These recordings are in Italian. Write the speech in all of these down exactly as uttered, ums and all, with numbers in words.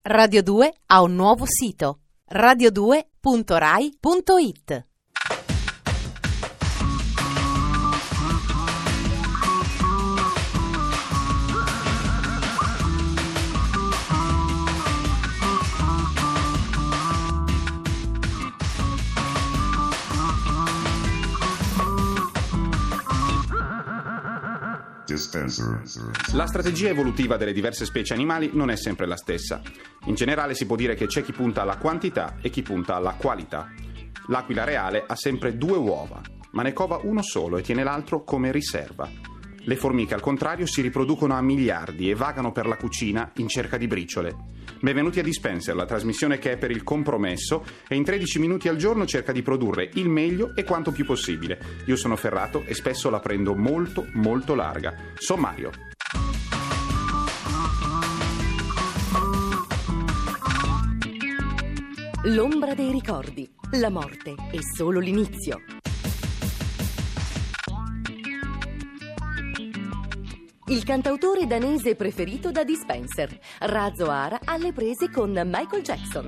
Radio due ha un nuovo sito: radio due punto rai punto it. La strategia evolutiva delle diverse specie animali non è sempre la stessa. In generale si può dire che c'è chi punta alla quantità e chi punta alla qualità. L'aquila reale ha sempre due uova, ma ne cova uno solo e tiene l'altro come riserva. Le formiche, al contrario, si riproducono a miliardi e vagano per la cucina in cerca di briciole. Benvenuti a Dispenser, la trasmissione che è per il compromesso e in tredici minuti al giorno cerca di produrre il meglio e quanto più possibile. Io sono Ferrato e spesso la prendo molto, molto larga. Sommario. L'ombra dei ricordi. La morte è solo l'inizio. Il cantautore danese preferito da Dispenser, Razzo Ara alle prese con Michael Jackson.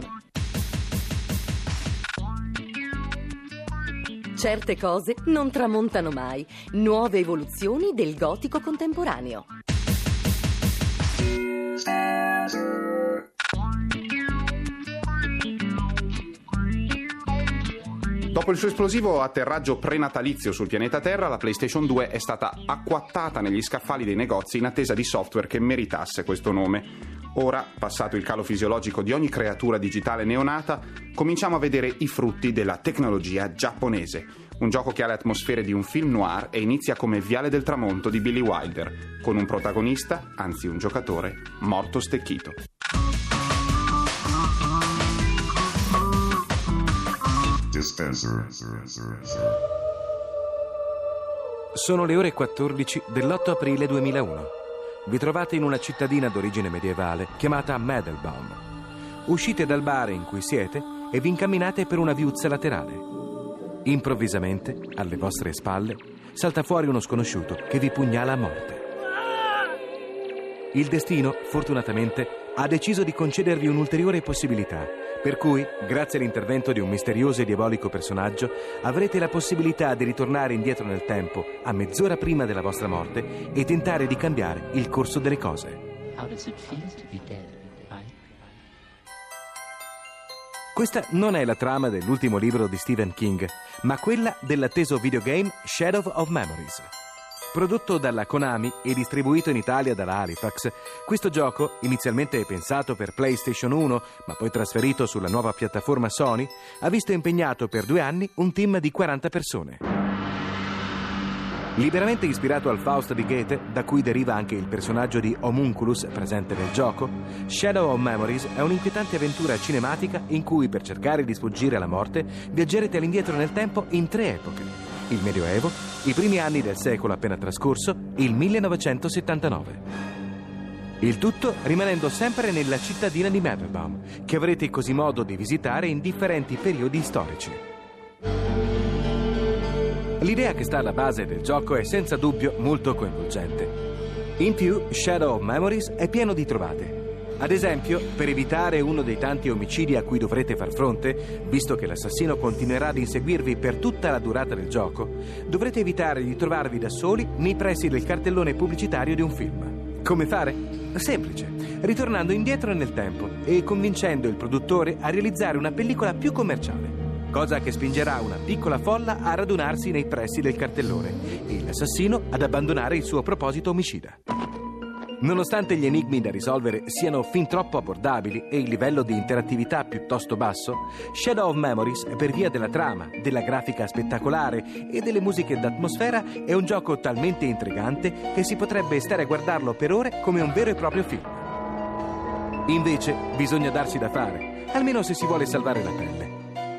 Certe cose non tramontano mai. Nuove evoluzioni del gotico contemporaneo. Dopo il suo esplosivo atterraggio prenatalizio sul pianeta Terra, la PlayStation due è stata acquattata negli scaffali dei negozi in attesa di software che meritasse questo nome. Ora, passato il calo fisiologico di ogni creatura digitale neonata, cominciamo a vedere i frutti della tecnologia giapponese. Un gioco che ha le atmosfere di un film noir e inizia come Viale del Tramonto di Billy Wilder, con un protagonista, anzi un giocatore, morto stecchito. Sono le ore quattordici dell'otto aprile duemilauno. Vi trovate in una cittadina d'origine medievale chiamata Medelbaum. Uscite dal bar in cui siete e vi incamminate per una viuzza laterale. Improvvisamente, alle vostre spalle, salta fuori uno sconosciuto che vi pugnala a morte. Il destino, fortunatamente, ha deciso di concedervi un'ulteriore possibilità, per cui, grazie all'intervento di un misterioso e diabolico personaggio, avrete la possibilità di ritornare indietro nel tempo a mezz'ora prima della vostra morte e tentare di cambiare il corso delle cose. How does it feel to be dead, right? Questa non è la trama dell'ultimo libro di Stephen King, ma quella dell'atteso videogame Shadow of Memories. Prodotto dalla Konami e distribuito in Italia dalla Halifax, questo gioco, inizialmente pensato per PlayStation uno, ma poi trasferito sulla nuova piattaforma Sony, ha visto impegnato per due anni un team di quaranta persone. Liberamente ispirato al Faust di Goethe, da cui deriva anche il personaggio di Homunculus presente nel gioco, Shadow of Memories è un'inquietante avventura cinematica in cui, per cercare di sfuggire alla morte, viaggerete all'indietro nel tempo in tre epoche: il Medioevo, i primi anni del secolo appena trascorso, il millenovecentosettantanove. Il tutto rimanendo sempre nella cittadina di Medelbaum, che avrete così modo di visitare in differenti periodi storici. L'idea che sta alla base del gioco è senza dubbio molto coinvolgente. In più, Shadow of Memories è pieno di trovate. Ad esempio, per evitare uno dei tanti omicidi a cui dovrete far fronte, visto che l'assassino continuerà ad inseguirvi per tutta la durata del gioco, dovrete evitare di trovarvi da soli nei pressi del cartellone pubblicitario di un film. Come fare? Semplice, ritornando indietro nel tempo e convincendo il produttore a realizzare una pellicola più commerciale, cosa che spingerà una piccola folla a radunarsi nei pressi del cartellone e l'assassino ad abbandonare il suo proposito omicida. Nonostante gli enigmi da risolvere siano fin troppo abbordabili e il livello di interattività piuttosto basso, Shadow of Memories, per via della trama, della grafica spettacolare e delle musiche d'atmosfera, è un gioco talmente intrigante che si potrebbe stare a guardarlo per ore come un vero e proprio film. Invece, bisogna darsi da fare, almeno se si vuole salvare la pelle.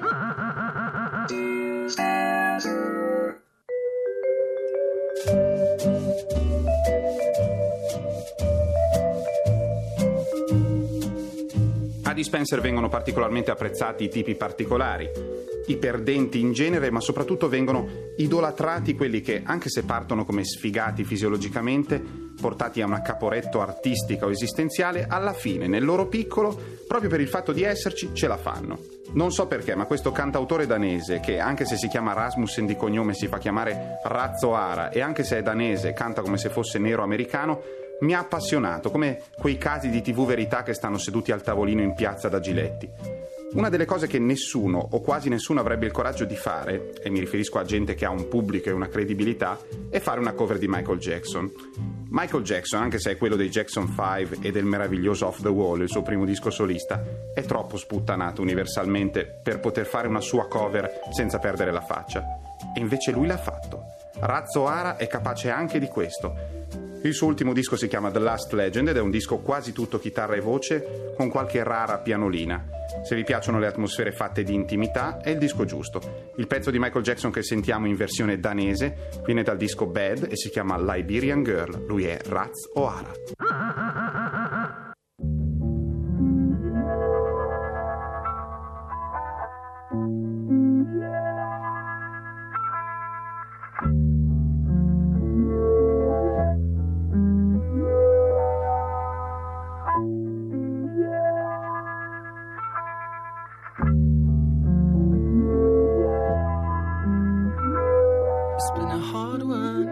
A Dispenser vengono particolarmente apprezzati i tipi particolari, i perdenti in genere, ma soprattutto vengono idolatrati quelli che, anche se partono come sfigati fisiologicamente, portati a una Caporetto artistica o esistenziale, alla fine, nel loro piccolo, proprio per il fatto di esserci, ce la fanno. Non so perché, ma questo cantautore danese, che anche se si chiama Rasmussen di cognome si fa chiamare Razzo Ara, e anche se è danese canta come se fosse nero americano, mi ha appassionato, come quei casi di tivù Verità che stanno seduti al tavolino in piazza da Giletti. Una delle cose che nessuno o quasi nessuno avrebbe il coraggio di fare, e mi riferisco a gente che ha un pubblico e una credibilità, è fare una cover di Michael Jackson. Michael Jackson, anche se è quello dei Jackson cinque e del meraviglioso Off the Wall, il suo primo disco solista, è troppo sputtanato universalmente per poter fare una sua cover senza perdere la faccia. E invece lui l'ha fatto. Razzo Ara è capace anche di questo. Il suo ultimo disco si chiama The Last Legend ed è un disco quasi tutto chitarra e voce, con qualche rara pianolina. Se vi piacciono le atmosfere fatte di intimità, è il disco giusto. Il pezzo di Michael Jackson che sentiamo in versione danese viene dal disco Bad e si chiama Liberian Girl. Lui è Razzo Ara. It's been a hard one.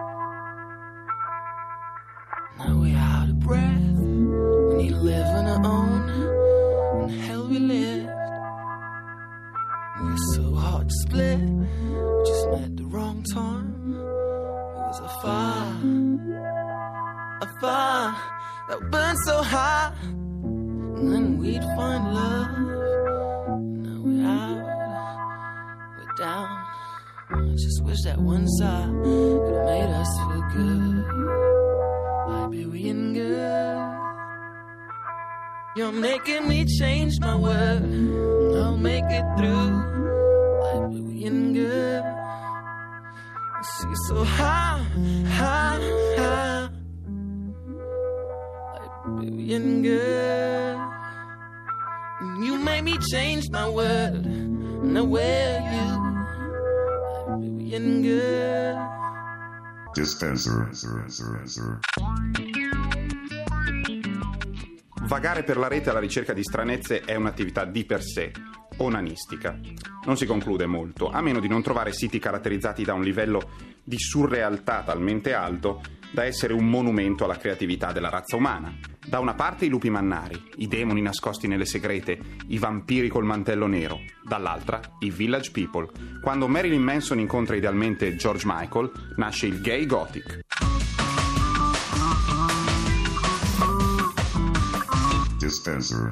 Now we're out of breath. We need to live on our own. And the hell we lived. We're so hard to split. We just met at the wrong time. It was a fire, a fire that burned so high. And then we'd find love. Now we're out, we're down. I just wish that one side could have made us feel good. Liberian girl, you're making me change my word. I'll make it through. Liberian girl, I see you so high, high, high. Liberian girl, you made me change my word. Now where are you? Girl. Dispenser. Vagare per la rete alla ricerca di stranezze è un'attività di per sé onanistica. Non si conclude molto, a meno di non trovare siti caratterizzati da un livello di surrealtà talmente alto da essere un monumento alla creatività della razza umana. Da una parte i lupi mannari, i demoni nascosti nelle segrete, i vampiri col mantello nero. Dall'altra i Village People. Quando Marilyn Manson incontra idealmente George Michael, nasce il gay gothic. Dispenser.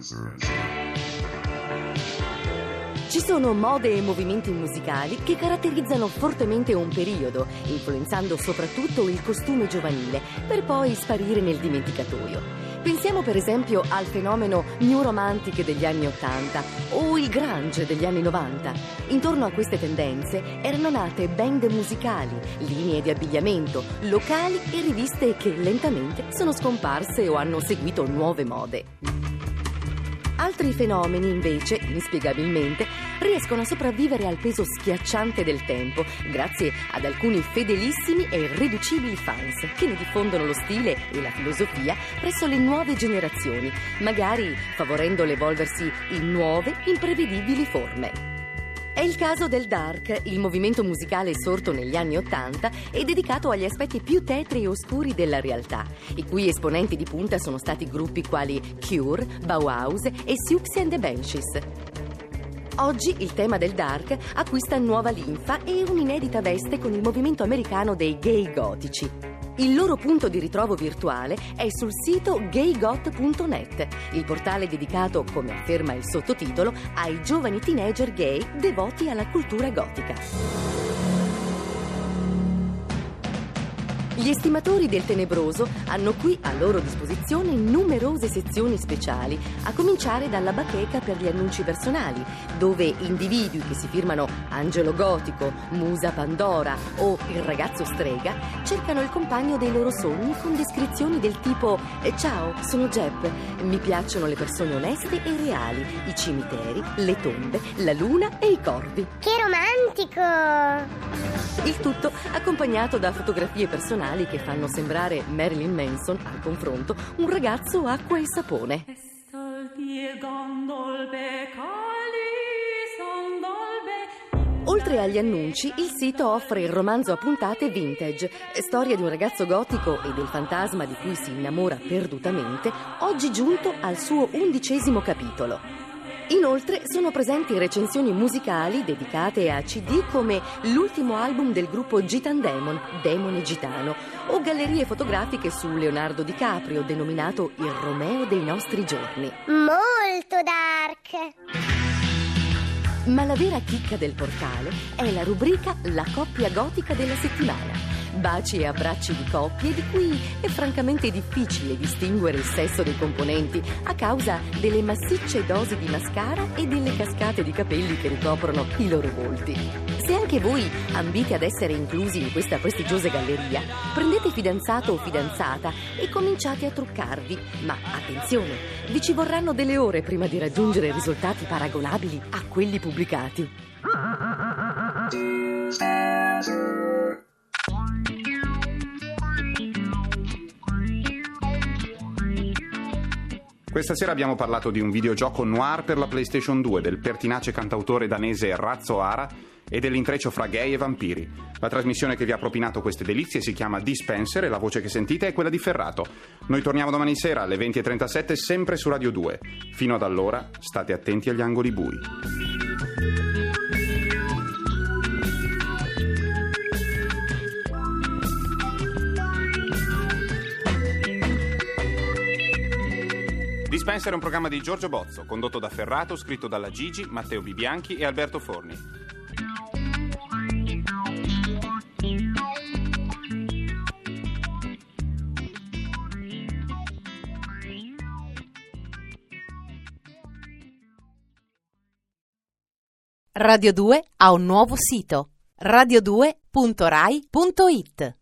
Ci sono mode e movimenti musicali che caratterizzano fortemente un periodo, influenzando soprattutto il costume giovanile, per poi sparire nel dimenticatoio. Pensiamo per esempio al fenomeno New Romantic degli anni ottanta o il grunge degli anni novanta. Intorno a queste tendenze erano nate band musicali, linee di abbigliamento, locali e riviste che lentamente sono scomparse o hanno seguito nuove mode. Altri fenomeni, invece, inspiegabilmente, riescono a sopravvivere al peso schiacciante del tempo, grazie ad alcuni fedelissimi e irriducibili fans che ne diffondono lo stile e la filosofia presso le nuove generazioni, magari favorendo l'evolversi in nuove, imprevedibili forme. È il caso del dark, il movimento musicale sorto negli anni Ottanta e dedicato agli aspetti più tetri e oscuri della realtà, i cui esponenti di punta sono stati gruppi quali Cure, Bauhaus e Siouxsie and the Banshees. Oggi il tema del dark acquista nuova linfa e un'inedita veste con il movimento americano dei gay gotici. Il loro punto di ritrovo virtuale è sul sito gay got punto net, il portale dedicato, come afferma il sottotitolo, ai giovani teenager gay devoti alla cultura gotica. Gli estimatori del tenebroso hanno qui a loro disposizione numerose sezioni speciali, a cominciare dalla bacheca per gli annunci personali, dove individui che si firmano Angelo Gotico, Musa Pandora o il ragazzo strega cercano il compagno dei loro sogni con descrizioni del tipo: ciao, sono Jeb, mi piacciono le persone oneste e reali, i cimiteri, le tombe, la luna e i corvi. Che romantico! Il tutto accompagnato da fotografie personali che fanno sembrare Marilyn Manson, al confronto, un ragazzo acqua e sapone. Oltre agli annunci, il sito offre il romanzo a puntate vintage, storia di un ragazzo gotico e del fantasma di cui si innamora perdutamente, oggi giunto al suo undicesimo capitolo. Inoltre sono presenti recensioni musicali dedicate a C D come l'ultimo album del gruppo Gitan Demon, Demone Gitano, o gallerie fotografiche su Leonardo DiCaprio, denominato il Romeo dei nostri giorni. Molto dark! Ma la vera chicca del portale è la rubrica La coppia gotica della settimana. Baci e abbracci di coppie di cui è francamente difficile distinguere il sesso dei componenti a causa delle massicce dosi di mascara e delle cascate di capelli che ricoprono i loro volti. Se anche voi ambite ad essere inclusi in questa prestigiosa galleria, prendete fidanzato o fidanzata e cominciate a truccarvi. Ma attenzione, vi ci vorranno delle ore prima di raggiungere risultati paragonabili a quelli pubblicati. Questa sera abbiamo parlato di un videogioco noir per la PlayStation due del pertinace cantautore danese Razzo Ara e dell'intreccio fra gay e vampiri. La trasmissione che vi ha propinato queste delizie si chiama Dispenser e la voce che sentite è quella di Ferrato. Noi torniamo domani sera alle venti e trentasette sempre su Radio due. Fino ad allora state attenti agli angoli bui. Dispenser è un programma di Giorgio Bozzo, condotto da Ferrato, scritto dalla Gigi, Matteo Bibianchi e Alberto Forni. Radio due ha un nuovo sito: radio due punto rai punto it.